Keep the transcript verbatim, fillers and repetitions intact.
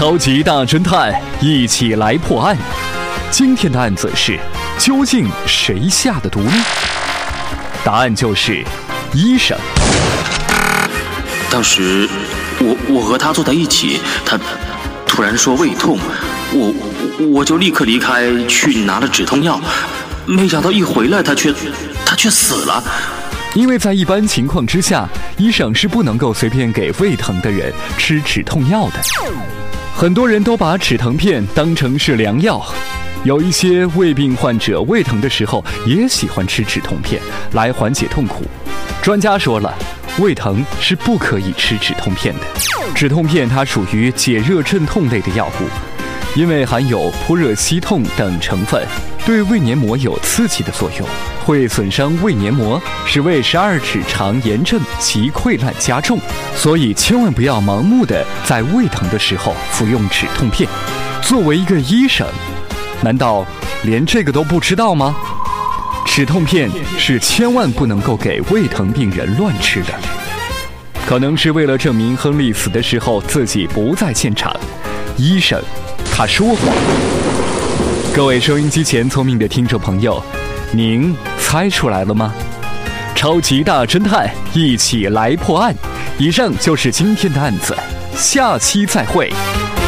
超级大侦探，一起来破案。今天的案子是：究竟谁下的毒呢？答案就是医生。 当时我我和他坐在一起，他突然说胃痛，我我就立刻离开去拿了止痛药，没想到一回来他却他却死了。 因为在一般情况之下，医生是不能够随便给胃疼的人吃止痛药的。很多人都把止疼片当成是良药，有一些胃病患者胃疼的时候也喜欢吃止痛片来缓解痛苦。专家说了，胃疼是不可以吃止痛片的。止痛片它属于解热镇痛类的药物，因为含有扑热息痛等成分，对胃黏膜有刺激的作用，会损伤胃黏膜，使胃十二指肠炎症及溃烂加重。所以千万不要盲目的在胃疼的时候服用止痛片。作为一个医生，难道连这个都不知道吗？止痛片是千万不能够给胃疼病人乱吃的。可能是为了证明亨利死的时候自己不在现场，医生他说谎。各位收音机前聪明的听众朋友，您猜出来了吗？超级大侦探，一起来破案。以上就是今天的案子，下期再会。